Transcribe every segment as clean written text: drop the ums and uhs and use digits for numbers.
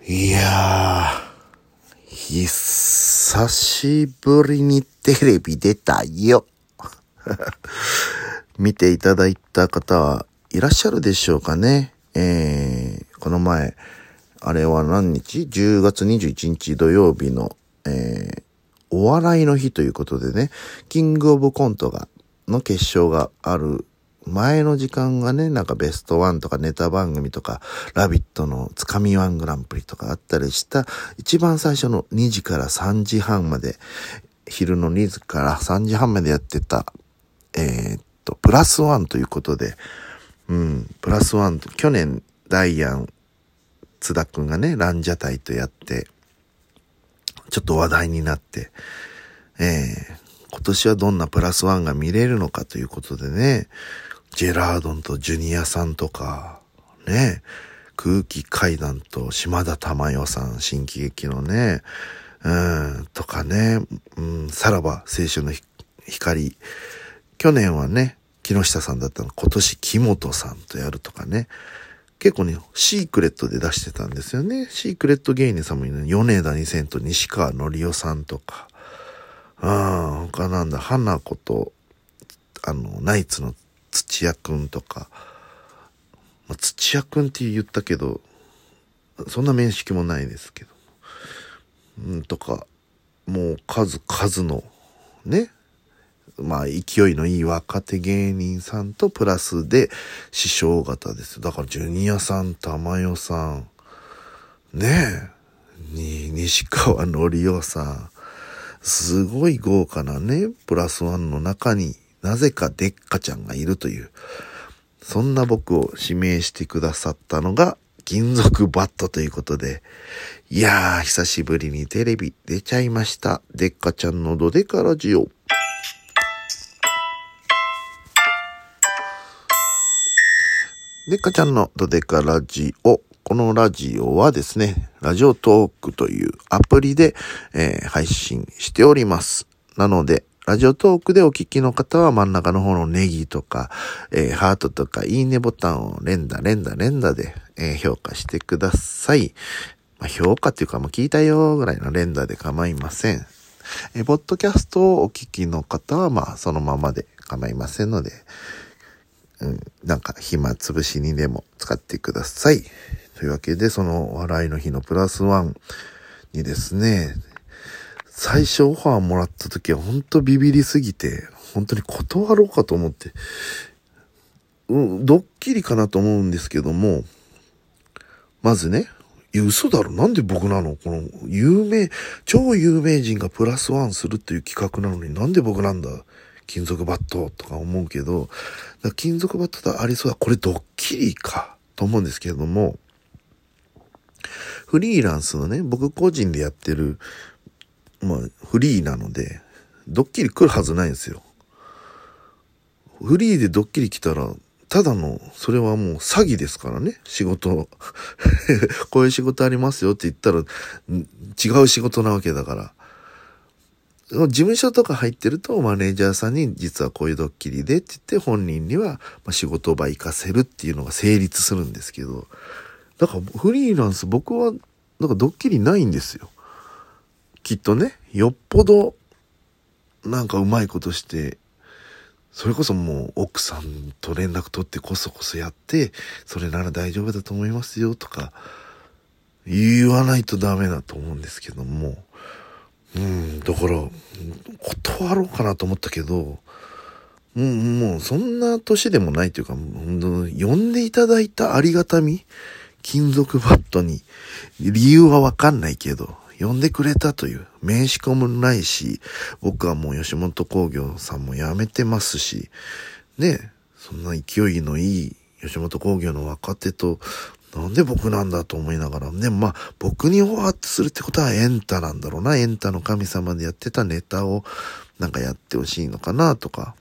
いや久しぶりにテレビ出たよ。見ていただいた方はいらっしゃるでしょうかね。この前、あれは何日 ?10 月21日土曜日の、お笑いの日ということでね、キングオブコントの決勝がある前の時間がね、なんかベストワンとかネタ番組とか、ラビットのつかみワングランプリとかあったりした、一番最初の2時から3時半まで、昼の2時から3時半までやってた、プラスワンということで、プラスワンと、去年、ダイアン、津田くんがね、ランジャタイとやって、ちょっと話題になって、今年はどんなプラスワンが見れるのかということでね、ジェラードンとジュニアさんとか、ね、空気階段と島田珠代さん、新喜劇のね、とかね、さらば青春の光。去年はね、木下さんだったの、今年木本さんとやるとかね、結構ね、シークレットで出してたんですよね。シークレット芸人さんもいるね、米田2000と西川のりおさんとか、他なんだ、花子と、ナイツの土屋くんとか、土屋くんって言ったけど、そんな面識もないですけど、とか、もう数々の、ね、勢いのいい若手芸人さんとプラスで師匠方です。だからジュニアさん、玉代さん、ねえ、西川のりおさん、すごい豪華なね、プラスワンの中になぜかデッカちゃんがいるという、そんな僕を指名してくださったのが金属バットということで、いやー、久しぶりにテレビ出ちゃいました。デッカちゃんのドデカラジオ。デッカちゃんのドデカラジオ。このラジオはですね、ラジオトークというアプリで、配信しております。なので、ラジオトークでお聞きの方は真ん中の方のネギとか、ハートとかいいねボタンを連打で、評価してください。評価っていうか聞いたよぐらいの連打で構いません。ポッドキャストをお聞きの方はそのままで構いませんので、なんか暇つぶしにでも使ってください。というわけで、その笑いの日のプラスワンにですね、最初オファーもらった時は本当ビビりすぎて、本当に断ろうかと思って、ドッキリかなと思うんですけども、まずね、嘘だろ、なんで僕なの、この超有名人がプラスワンするっていう企画なのになんで僕なんだ、金属バットとか思うけど、金属バットだありそうだ、これドッキリかと思うんですけれども、フリーランスのね、僕個人でやってる、フリーなので、ドッキリ来るはずないんですよ。フリーでドッキリ来たら、ただの、それはもう詐欺ですからね、仕事。こういう仕事ありますよって言ったら、違う仕事なわけだから。事務所とか入ってると、マネージャーさんに実はこういうドッキリでって言って、本人には仕事場行かせるっていうのが成立するんですけど、だからフリーランス、僕は、ドッキリないんですよ。きっとね、よっぽど、なんかうまいことして、それこそもう奥さんと連絡取ってこそこそやって、それなら大丈夫だと思いますよとか、言わないとダメだと思うんですけども、だから、断ろうかなと思ったけど、もうそんな年でもないというか、呼んでいただいたありがたみ、金属バットに、理由はわかんないけど、呼んでくれたという名刺込もないし、僕はもう吉本興業さんも辞めてますし、ね、そんな勢いのいい吉本興業の若手と、なんで僕なんだと思いながら、でも僕にオファーするってことはエンタなんだろうな、エンタの神様でやってたネタをなんかやってほしいのかなとか、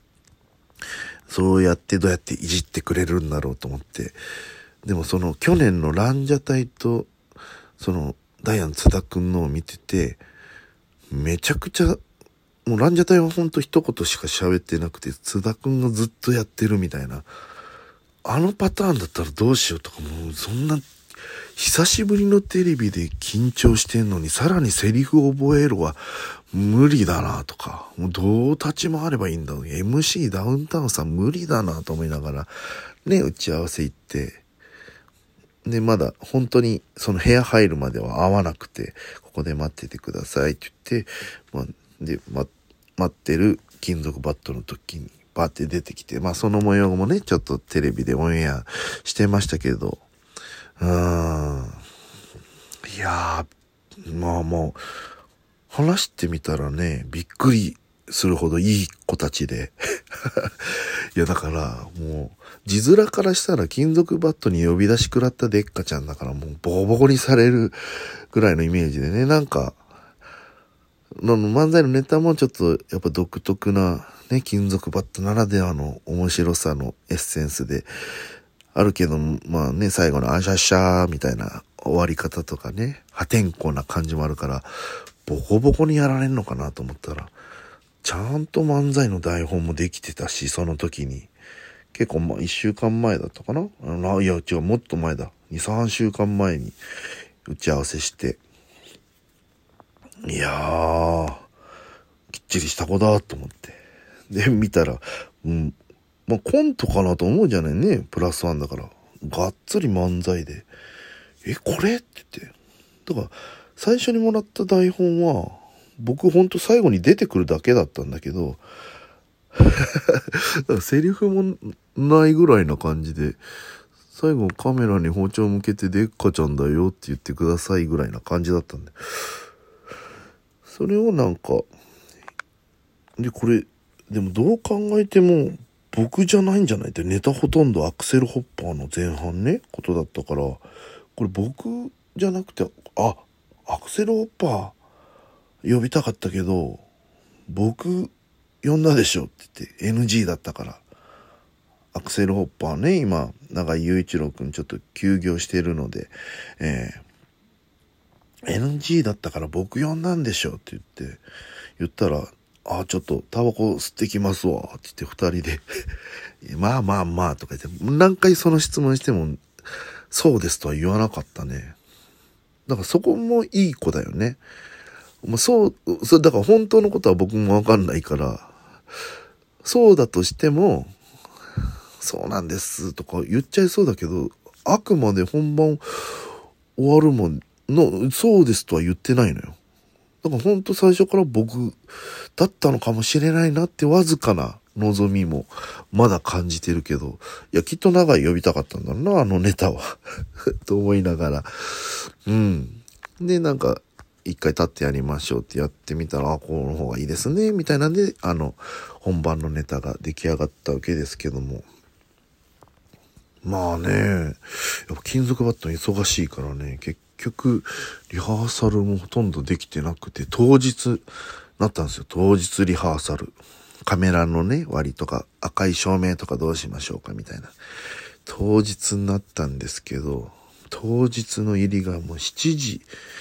そうやってどうやっていじってくれるんだろうと思って、でもその去年のランジャタイとそのダイアン津田くんのを見てて、めちゃくちゃ、もうランジャタイはほんと一言しか喋ってなくて、津田くんがずっとやってるみたいな、あのパターンだったらどうしようとか、もうそんな久しぶりのテレビで緊張してんのにさらにセリフ覚えるは無理だなとか、もうどう立ち回ればいいんだろう。MC ダウンタウンさん無理だなと思いながら、ね、打ち合わせ行って、で、まだ本当にその部屋入るまでは会わなくて、ここで待っててくださいって言って、待ってる金属バットの時にバーって出てきて、その模様もね、ちょっとテレビでオンエアしてましたけど、いやー、もう、話してみたらね、びっくりするほどいい子たちで。いや、だから、もう、字面からしたら金属バットに呼び出し食らったデッカちゃんだから、もうボコボコにされるぐらいのイメージでね、なんか、漫才のネタもちょっとやっぱ独特なね、金属バットならではの面白さのエッセンスであるけど、最後のアシャシャーみたいな終わり方とかね、破天荒な感じもあるから、ボコボコにやられんのかなと思ったら、ちゃんと漫才の台本もできてたし、その時に。結構1週間前だったかな？いや、違う、もっと前だ。2、3週間前に打ち合わせして、いやー、きっちりした子だと思って。で、見たら、コントかなと思うじゃないね。プラスワンだから。がっつり漫才で。これって言って。だから、最初にもらった台本は、僕ほんと最後に出てくるだけだったんだけど、だからセリフもないぐらいな感じで、最後カメラに包丁向けてでっかちゃんだよって言ってくださいぐらいな感じだったんで。それをなんか、で、これ、でもどう考えても僕じゃないんじゃないって、ネタほとんどアクセルホッパーの前半ね、ことだったから、これ僕じゃなくて、アクセルホッパー呼びたかったけど、僕呼んだでしょって言って NG だったから。アクセルホッパーね、今、永井雄一郎くんちょっと休業してるので、NG だったから僕呼んだんでしょって言ったら、ちょっとタバコ吸ってきますわって言って二人でまあとか言って、何回その質問してもそうですとは言わなかったね。だからそこもいい子だよね。それだから本当のことは僕もわかんないから、そうだとしてもそうなんですとか言っちゃいそうだけど、あくまで本番終わるもんのそうですとは言ってないのよ。だからほんと最初から僕だったのかもしれないなってわずかな望みもまだ感じてるけど、いやきっと長井呼びたかったんだろうな、あのネタはと思いながら、でなんか一回立ってやりましょうってやってみたら、この方がいいですねみたいなんで、本番のネタが出来上がったわけですけども、やっぱ金属バット忙しいからね、結局リハーサルもほとんどできてなくて、当日なったんですよ。当日リハーサル、カメラのね割りとか赤い照明とかどうしましょうかみたいな当日になったんですけど、当日の入りがもう8時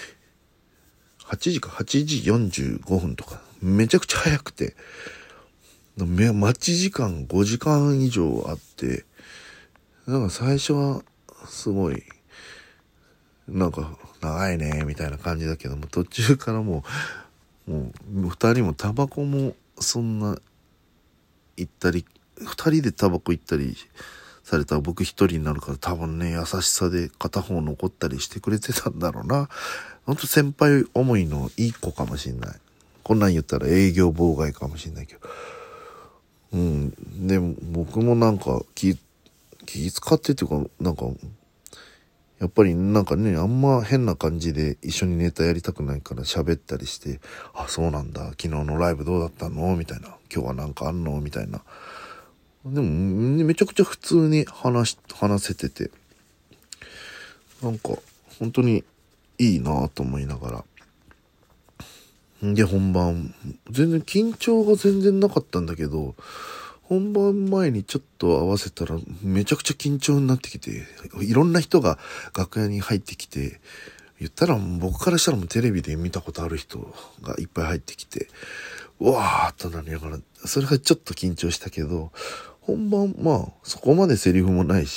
45分とか、めちゃくちゃ早くて、待ち時間5時間以上あって、なんか最初はすごいなんか長いねみたいな感じだけども、途中からもう二人もタバコもそんな行ったり、二人でタバコ行ったりされたら僕一人になるから、多分ね優しさで片方残ったりしてくれてたんだろうな。ほんと先輩思いのいい子かもしんない。こんなん言ったら営業妨害かもしんないけど、でも僕もなんか気使ってっていうか、なんかやっぱりなんかね、あんま変な感じで一緒にネタやりたくないから喋ったりして、そうなんだ、昨日のライブどうだったのみたいな、今日はなんかあんのみたいな。でもめちゃくちゃ普通に話せてて、なんか本当にいいなと思いながら。で本番全然緊張が全然なかったんだけど、本番前にちょっと合わせたらめちゃくちゃ緊張になってきて、いろんな人が楽屋に入ってきて、言ったら僕からしたらもうテレビで見たことある人がいっぱい入ってきて、うわーっとなりながら、それがちょっと緊張したけど、本番そこまでセリフもないし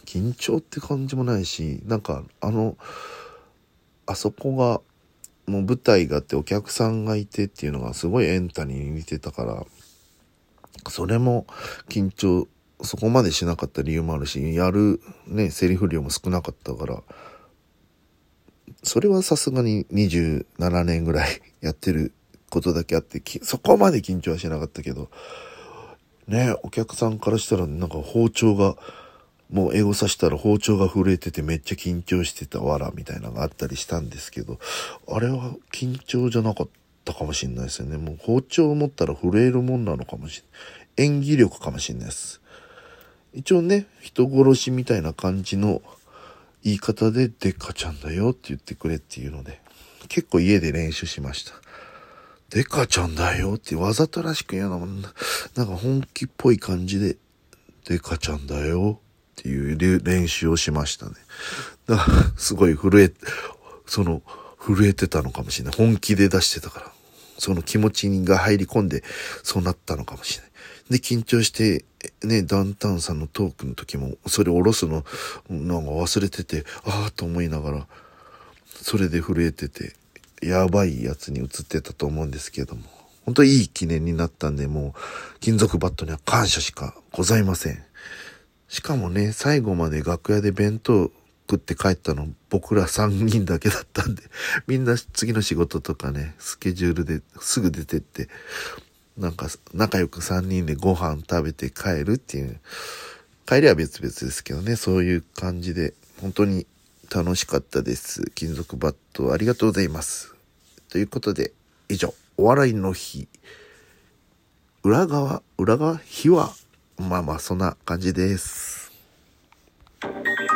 緊張って感じもないし、なんかあそこがもう舞台があってお客さんがいてっていうのがすごいエンタに似てたから、それも緊張そこまでしなかった理由もあるし、やるねセリフ量も少なかったから、それはさすがに27年ぐらいやってることだけあって、そこまで緊張はしなかったけどね、お客さんからしたらなんか包丁がもう英語さしたら包丁が震えててめっちゃ緊張してたわらみたいなのがあったりしたんですけど、あれは緊張じゃなかったかもしれないですよね。もう包丁を持ったら震えるもんなのかもしれない。演技力かもしれないです。一応ね、人殺しみたいな感じの言い方でデカちゃんだよって言ってくれっていうので、結構家で練習しました。デカちゃんだよってわざとらしく言うのもなんか本気っぽい感じでデカちゃんだよっていう練習をしましたね。だからすごい震えてたのかもしれない。本気で出してたから、その気持ちが入り込んでそうなったのかもしれない。で緊張してね、ダウンタウンさんのトークの時もそれ下ろすのなんか忘れてて、ああと思いながらそれで震えてて、やばいやつに映ってたと思うんですけども、本当にいい記念になったんで、もう金属バットには感謝しかございません。しかもね、最後まで楽屋で弁当食って帰ったの僕ら3人だけだったんで、みんな次の仕事とかねスケジュールですぐ出てって、なんか仲良く3人でご飯食べて帰るっていう、帰りは別々ですけどね、そういう感じで本当に楽しかったです。金属バットありがとうございます。ということで以上、お笑いの日裏側日はまあそんな感じです。